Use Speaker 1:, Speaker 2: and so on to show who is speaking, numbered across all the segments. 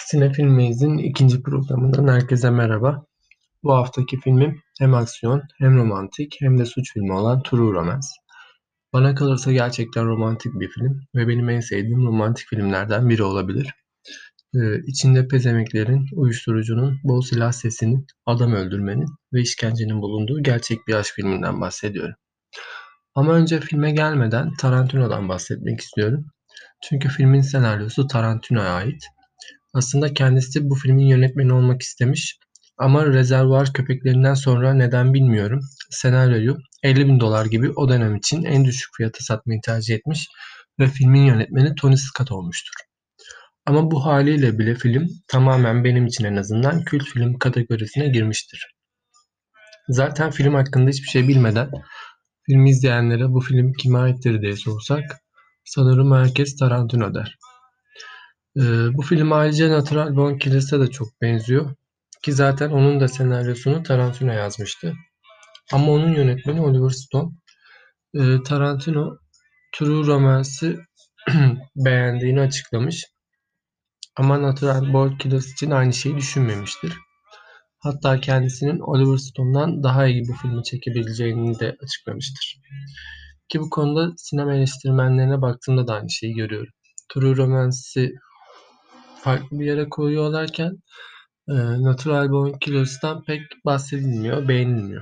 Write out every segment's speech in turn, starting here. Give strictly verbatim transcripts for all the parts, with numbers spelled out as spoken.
Speaker 1: Sinefilmimizin ikinci programından herkese merhaba. Bu haftaki filmim hem aksiyon, hem romantik, hem de suç filmi olan True Romance. Bana kalırsa gerçekten romantik bir film ve benim en sevdiğim romantik filmlerden biri olabilir. Ee, içinde pezemeklerin, uyuşturucunun, bol silah sesinin, adam öldürmenin ve işkencenin bulunduğu gerçek bir aşk filminden bahsediyorum. Ama önce filme gelmeden Tarantino'dan bahsetmek istiyorum. Çünkü filmin senaryosu Tarantino'ya ait. Aslında kendisi bu filmin yönetmeni olmak istemiş ama Rezervuar Köpekleri'nden sonra neden bilmiyorum senaryoyu elli bin dolar gibi o dönem için en düşük fiyata satmayı tercih etmiş ve filmin yönetmeni Tony Scott olmuştur. Ama bu haliyle bile film tamamen benim için en azından kült film kategorisine girmiştir. Zaten film hakkında hiçbir şey bilmeden filmi izleyenlere bu film kime aittir diye sorsak sanırım herkes Tarantino der. Ee, bu film ayrıca Natural Born Killers'a da çok benziyor. Ki zaten onun da senaryosunu Tarantino yazmıştı. Ama onun yönetmeni Oliver Stone. Ee, Tarantino True Romance'ı beğendiğini açıklamış. Ama Natural Born Killers için aynı şeyi düşünmemiştir. Hatta kendisinin Oliver Stone'dan daha iyi bu filmi çekebileceğini de açıklamıştır. Ki bu konuda sinema eleştirmenlerine baktığımda da aynı şeyi görüyorum. True Romance'ı farklı bir yere koyuyorlarken e, Natural Born Killers'tan pek bahsedilmiyor, beğenilmiyor.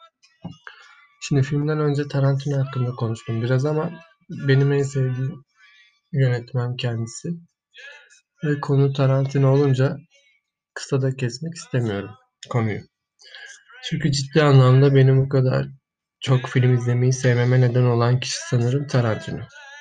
Speaker 1: Şimdi filmden önce Tarantino hakkında konuştum biraz ama benim en sevdiğim yönetmen kendisi. Ve konu Tarantino olunca kısa da kesmek istemiyorum konuyu. Çünkü ciddi anlamda benim bu kadar çok film izlemeyi sevmeme neden olan kişi sanırım Tarantino.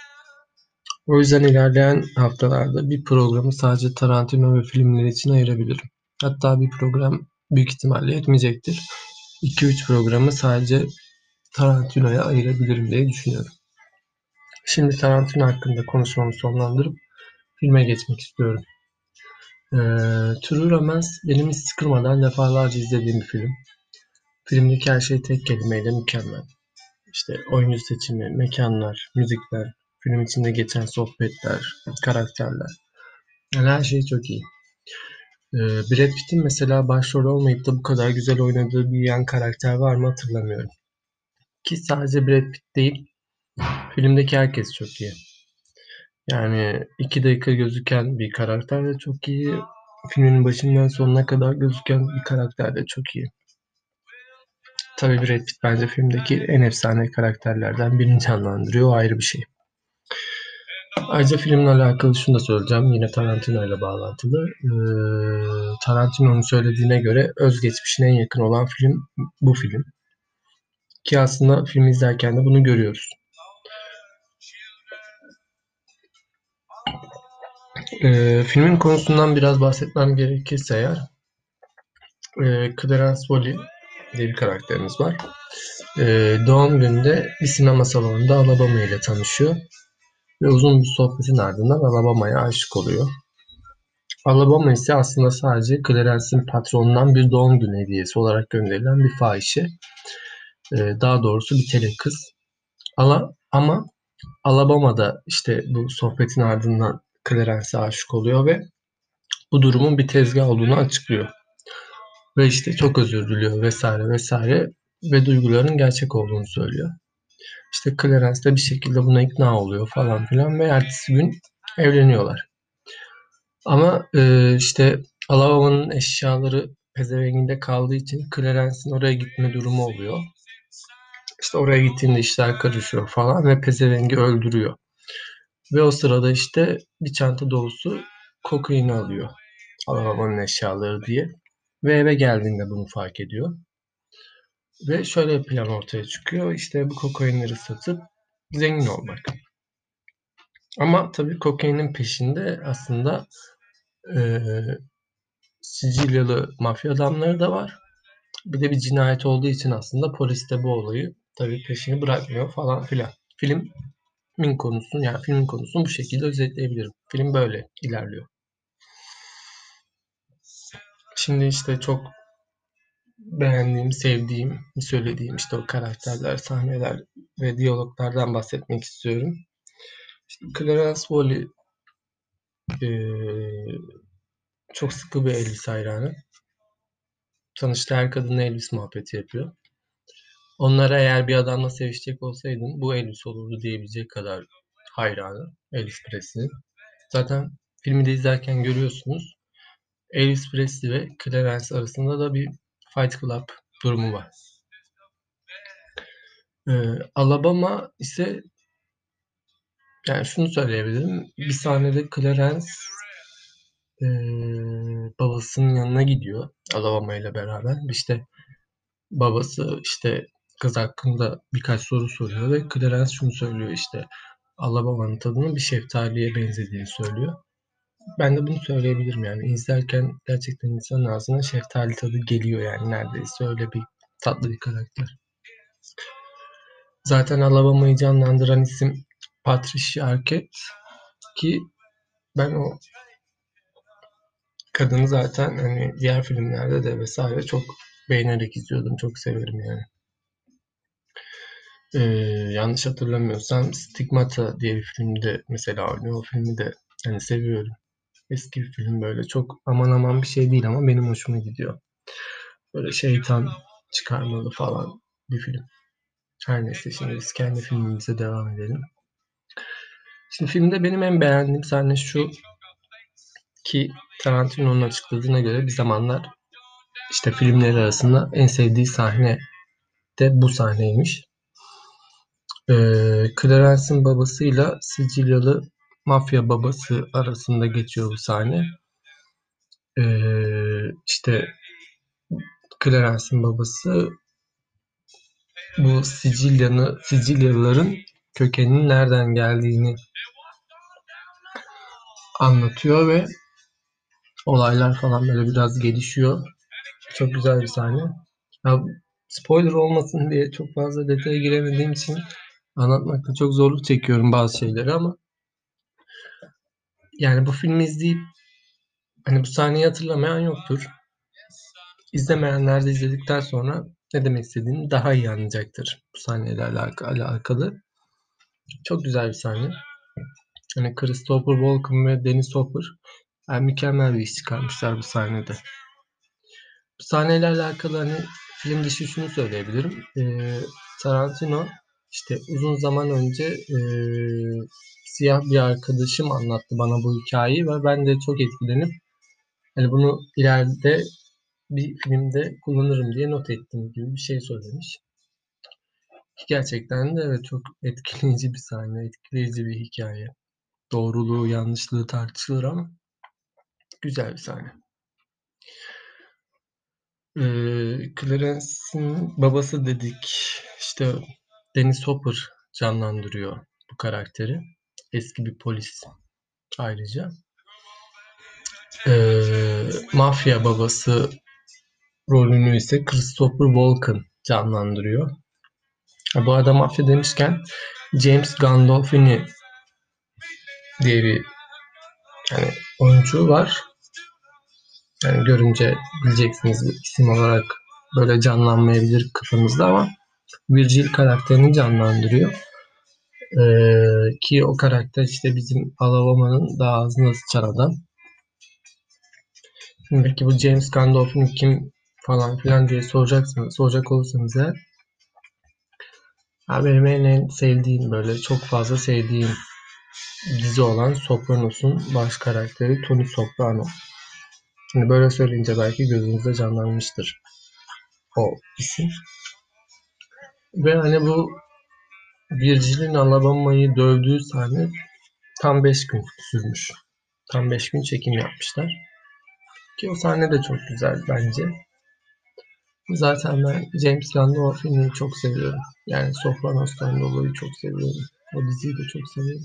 Speaker 1: O yüzden ilerleyen haftalarda bir programı sadece Tarantino ve filmleri için ayırabilirim. Hatta bir program büyük ihtimalle yetmeyecektir. iki üç programı sadece Tarantino'ya ayırabilirim diye düşünüyorum. Şimdi Tarantino hakkında konuşmamı sonlandırıp filme geçmek istiyorum. Ee, True Romance benim hiç sıkılmadan defalarca izlediğim bir film. Filmdeki her şey tek kelimeyle mükemmel. İşte oyuncu seçimi, mekanlar, müzikler, film içinde geçen sohbetler, karakterler. Yani her şey çok iyi. Ee, Brad Pitt'in mesela başrol olmayıp da bu kadar güzel oynadığı bir yan karakter var mı hatırlamıyorum. Ki sadece Brad Pitt değil, filmdeki herkes çok iyi. Yani iki dakika gözüken bir karakter de çok iyi. Filmin başından sonuna kadar gözüken bir karakter de çok iyi. Tabii Brad Pitt bence filmdeki en efsane karakterlerden birini canlandırıyor. O ayrı bir şey. Ayrıca filmle alakalı şunu da söyleyeceğim. Yine Tarantino ile bağlantılı. Ee, Tarantino'nun söylediğine göre özgeçmişine en yakın olan film bu film. Ki aslında film izlerken de bunu görüyoruz. Ee, filmin konusundan biraz bahsetmem gerekirse eğer e, Clarence Wally diye bir karakterimiz var. E, doğum gününde bir sinema salonunda Alabama ile tanışıyor ve uzun bir sohbetin ardından Alabama'ya aşık oluyor. Alabama ise aslında sadece Clarence'in patronundan bir doğum günü hediyesi olarak gönderilen bir fahişe. E, daha doğrusu bir tele kız. Ama, ama Alabama'da işte bu sohbetin ardından Clarence'e aşık oluyor ve bu durumun bir tezgah olduğunu açıklıyor. Ve işte çok özür diliyor vesaire vesaire ve duyguların gerçek olduğunu söylüyor. İşte Clarence de bir şekilde buna ikna oluyor falan filan ve ertesi gün evleniyorlar. Ama e, işte Alabama'nın eşyaları pezevenginde kaldığı için Clarence'in oraya gitme durumu oluyor. İşte oraya gittiğinde işler karışıyor falan ve pezevengi öldürüyor. Ve o sırada işte bir çanta dolusu kokaini alıyor. Alabama'nın eşyaları diye. Ve eve geldiğinde bunu fark ediyor. Ve şöyle bir plan ortaya çıkıyor. İşte bu kokainleri satıp zengin olmak. Ama tabii kokainin peşinde aslında e, Sicilyalı mafya adamları da var. Bir de bir cinayet olduğu için aslında polis de bu olayı tabii peşini bırakmıyor falan filan. Filmin konusunu yani filmin konusunu bu şekilde özetleyebilirim. Film böyle ilerliyor. Şimdi işte çok beğendiğim, sevdiğim, söylediğim işte o karakterler, sahneler ve diyaloglardan bahsetmek istiyorum. İşte Clarence Wally e, çok sıkı bir Elvis hayranı. Tanıştığı her kadınla Elvis muhabbeti yapıyor. Onlara eğer bir adamla sevişecek olsaydın bu Elvis olurdu diyebilecek kadar hayranı Elvis Presley'nin. Zaten filmi de izlerken görüyorsunuz. Elvis Presley ve Clarence arasında da bir Fight Club durumu var. Ee, Alabama ise yani şunu söyleyebilirim. Bir sahnede Clarence ee, babasının yanına gidiyor Alabama ile beraber. İşte babası işte kız hakkında birkaç soru soruyor ve Clarence şunu söylüyor işte Alabama'nın tadının bir şeftaliye benzediğini söylüyor. Ben de bunu söyleyebilirim yani. İzlerken gerçekten insanın ağzına şeftali tadı geliyor yani neredeyse öyle bir tatlı bir karakter. Zaten Alabama'yı canlandıran isim Patricia Arquette ki ben o kadını zaten hani diğer filmlerde de vesaire çok beğenerek izliyordum. Çok severim yani. Ee, yanlış hatırlamıyorsam Stigmata diye bir filmde mesela oynuyor. O filmi de hani seviyorum. Eski bir film böyle çok aman aman bir şey değil ama benim hoşuma gidiyor. Böyle şeytan çıkarmalı falan bir film. Her neyse şimdi biz kendi filmimize devam edelim. Şimdi filmde benim en beğendiğim sahne şu ki Tarantino'nun açıkladığına göre bir zamanlar işte filmleri arasında en sevdiği sahne de bu sahneymiş. Ee, Clarence'ın babasıyla Sicilyalı mafya babası arasında geçiyor bu sahne. Ee, işte Clarence'ın babası bu Sicilyalı Sicilyalıların kökeninin nereden geldiğini anlatıyor ve olaylar falan böyle biraz gelişiyor. Çok güzel bir sahne. Ya, spoiler olmasın diye çok fazla detaya giremediğim için anlatmakta çok zorluk çekiyorum bazı şeyleri ama yani bu filmi izleyip hani bu sahneyi hatırlamayan yoktur. İzlemeyenler de izledikten sonra ne demek istediğini daha iyi anlayacaktır bu sahneyle alakalı. alakalı. Çok güzel bir sahne. Hani Christopher Walken ve Dennis Hopper yani mükemmel bir iş çıkarmışlar bu sahnede. Bu sahneyle alakalı hani film dışı şunu söyleyebilirim. Ee, Tarantino işte uzun zaman önce e, siyah bir arkadaşım anlattı bana bu hikayeyi ve ben de çok etkilenip hani bunu ileride bir filmde kullanırım diye not ettim gibi bir şey söylemiş. Gerçekten de evet çok etkileyici bir sahne, etkileyici bir hikaye. Doğruluğu, yanlışlığı tartışılır ama güzel bir sahne. Ee, Clarence'in babası dedik. İşte Dennis Hopper canlandırıyor bu karakteri. Eski bir polis ayrıca. Ee, mafya babası rolünü ise Christopher Walken canlandırıyor. Ha, bu arada mafya demişken James Gandolfini diye bir yani oyuncu var. Yani görünce bileceksiniz bir isim olarak böyle canlanmayabilir kafanızda ama Virgil karakterini canlandırıyor. Ee, ki o karakter işte bizim Alabama'nın daha ağzına sıçan adam. Şimdi peki bu James Gandolfini kim falan filan diye soracaksınız, soracak olursanız eğer ya benim en, en sevdiğim böyle çok fazla sevdiğim dizi olan Sopranos'un baş karakteri Tony Soprano. Şimdi böyle söyleyince belki gözünüzde canlanmıştır o isim. Ve hani bu Virgil'in Alabama'yı dövdüğü sahne tam beş gün sürmüş. Tam beş gün çekim yapmışlar. Ki o sahne de çok güzel bence. Zaten ben James Gunn'ın o filmini çok seviyorum. Yani Sopranos'tan dolayı çok seviyorum. O diziyi de çok seviyorum.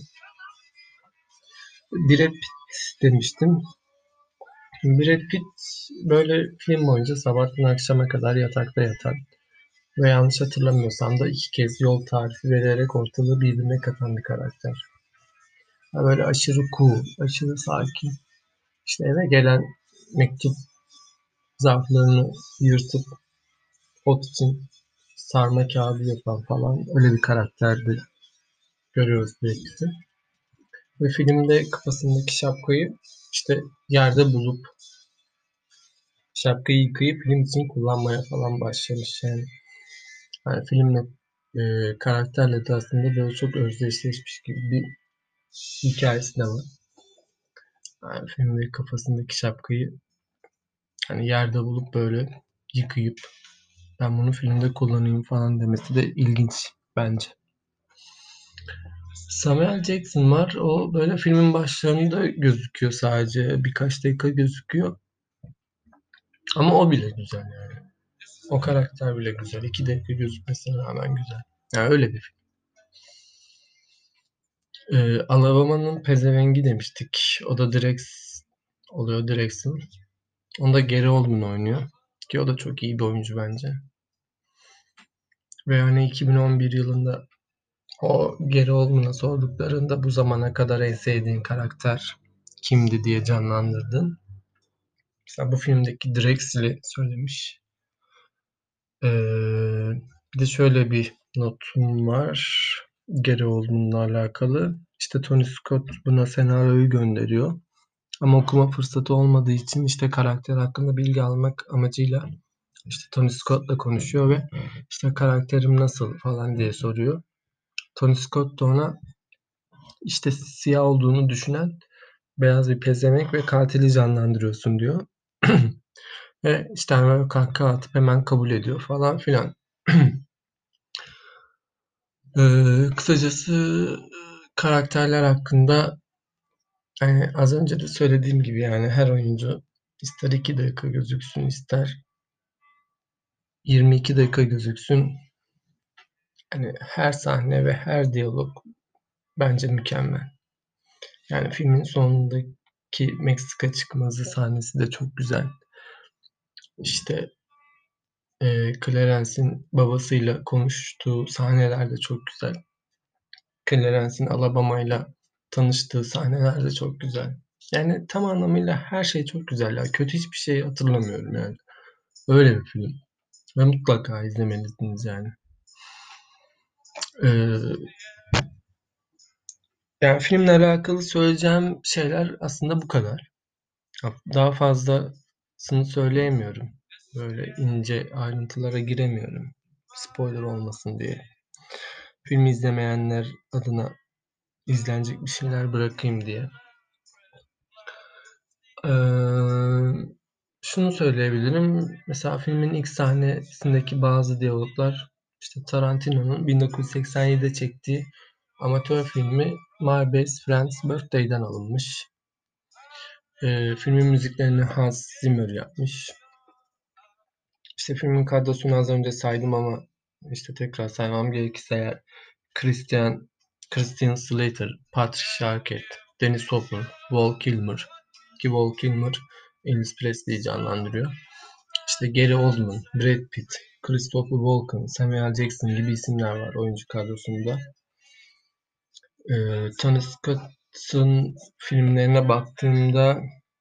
Speaker 1: Brad Pitt demiştim. Brad Pitt böyle film boyunca sabahtan akşama kadar yatakta yatan ve yanlış hatırlamıyorsam da iki kez yol tarifi vererek ortalığı birbirine katan bir karakter. Ya böyle aşırı cool, aşırı sakin. İşte eve gelen mektup zarflarını yırtıp ot için sarma kağıdı yapan falan öyle bir karakterde görüyoruz Brad Pitt'i. Ve filmde kafasındaki şapkayı işte yerde bulup Şapkayı yıkayıp film için kullanmaya falan başlamış yani. Yani filmle e, karakterle de aslında böyle çok özdeşleşmiş gibi bir hikayesi de var. Yani filmde kafasındaki şapkayı hani yerde bulup böyle yıkayıp ben bunu filmde kullanayım falan demesi de ilginç bence. Samuel Jackson var. O böyle filmin başlarında gözüküyor sadece. Birkaç dakika gözüküyor. Ama o bile güzel yani. O karakter bile güzel. İki dakika gözükmesine rağmen güzel. Yani öyle bir film. Ee, Alabama'nın pezevengi demiştik. O da Drex oluyor, Drex'in. Onda Gary Oldman oynuyor. Ki o da çok iyi bir oyuncu bence. Ve hani iki bin on bir yılında o Gary Oldman'a sorduklarında bu zamana kadar en sevdiğin karakter kimdi diye canlandırdın. Mesela bu filmdeki Drex'li söylemiş. Ee, Bir de şöyle bir notum var. Gary Oldman'la alakalı. İşte Tony Scott buna senaryoyu gönderiyor. Ama okuma fırsatı olmadığı için işte karakter hakkında bilgi almak amacıyla işte Tony Scott'la konuşuyor ve işte karakterim nasıl falan diye soruyor. Tony Scott da ona işte siyah olduğunu düşünen beyaz bir pezevenk ve katili canlandırıyorsun diyor. Ve işte hemen kahkaha atıp hemen kabul ediyor falan filan. Ee, kısacası karakterler hakkında yani az önce de söylediğim gibi yani her oyuncu ister iki dakika gözüksün ister yirmi iki dakika gözüksün. Yani her sahne ve her diyalog bence mükemmel. Yani filmin sonundaki Meksika çıkmazı sahnesi de çok güzel. İşte e, Clarence'in babasıyla konuştuğu sahneler de çok güzel. Clarence'in Alabama'yla tanıştığı sahneler de çok güzel. Yani tam anlamıyla her şey çok güzel ya. Kötü hiçbir şey hatırlamıyorum yani. Öyle bir film. Ve mutlaka izlemelisiniz yani. Ee, Yani filmle alakalı söyleyeceğim şeyler aslında bu kadar. Daha fazlasını söyleyemiyorum. Böyle ince ayrıntılara giremiyorum. Spoiler olmasın diye. Filmi izlemeyenler adına izlenecek bir şeyler bırakayım diye. Ee, Şunu söyleyebilirim. Mesela filmin ilk sahnesindeki bazı diyaloglar işte Tarantino'nun bin dokuz yüz seksen yedide çektiği amatör filmi My Best Friend's Birthday'den alınmış. Ee, filmin müziklerini Hans Zimmer yapmış. İşte filmin kadrosunu az önce saydım ama işte tekrar saymam gerekirse eğer Christian Christian Slater, Patricia Arquette, Dennis Hopper, Val Kilmer ki Val Kilmer Elvis Presley'i canlandırıyor. İşte Gary Oldman, Brad Pitt, Christopher Walken, Samuel Jackson gibi isimler var oyuncu kadrosunda. Ee, Tony Scott'ın filmlerine baktığımda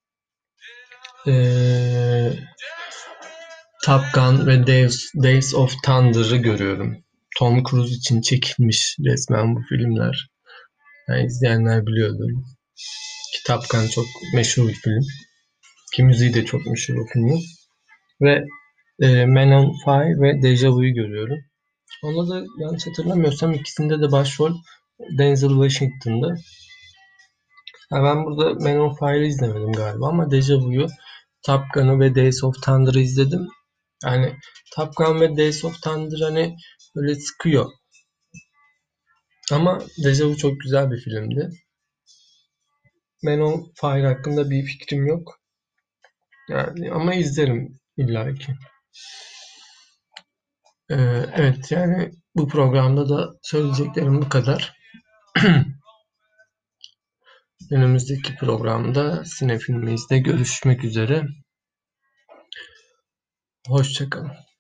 Speaker 1: ee, Top Gun ve Days, Days of Thunder'ı görüyorum. Tom Cruise için çekilmiş resmen bu filmler. Yani izleyenler biliyordur. Ki Top Gun çok meşhur bir film. Ki müziği de çok meşhur o filmin. Ve e, Man on Fire ve Deja Vu'yu görüyorum. Onda da yanlış hatırlamıyorsam ikisinde de başrol Denzel Washington'dı. Ha, ben burada Man on Fire'ı izlemedim galiba ama Deja Vu'yu, Top Gun'ı ve Days of Thunder'ı izledim. Yani Top Gun ve Days of Thunder hani böyle sıkıyor. Ama Deja Vu çok güzel bir filmdi. Man on Fire hakkında bir fikrim yok. Yani ama izlerim illaki. Ee, evet yani bu programda da söyleyeceklerim bu kadar. Önümüzdeki programda Sinefilmizde görüşmek üzere. Hoşça kalın.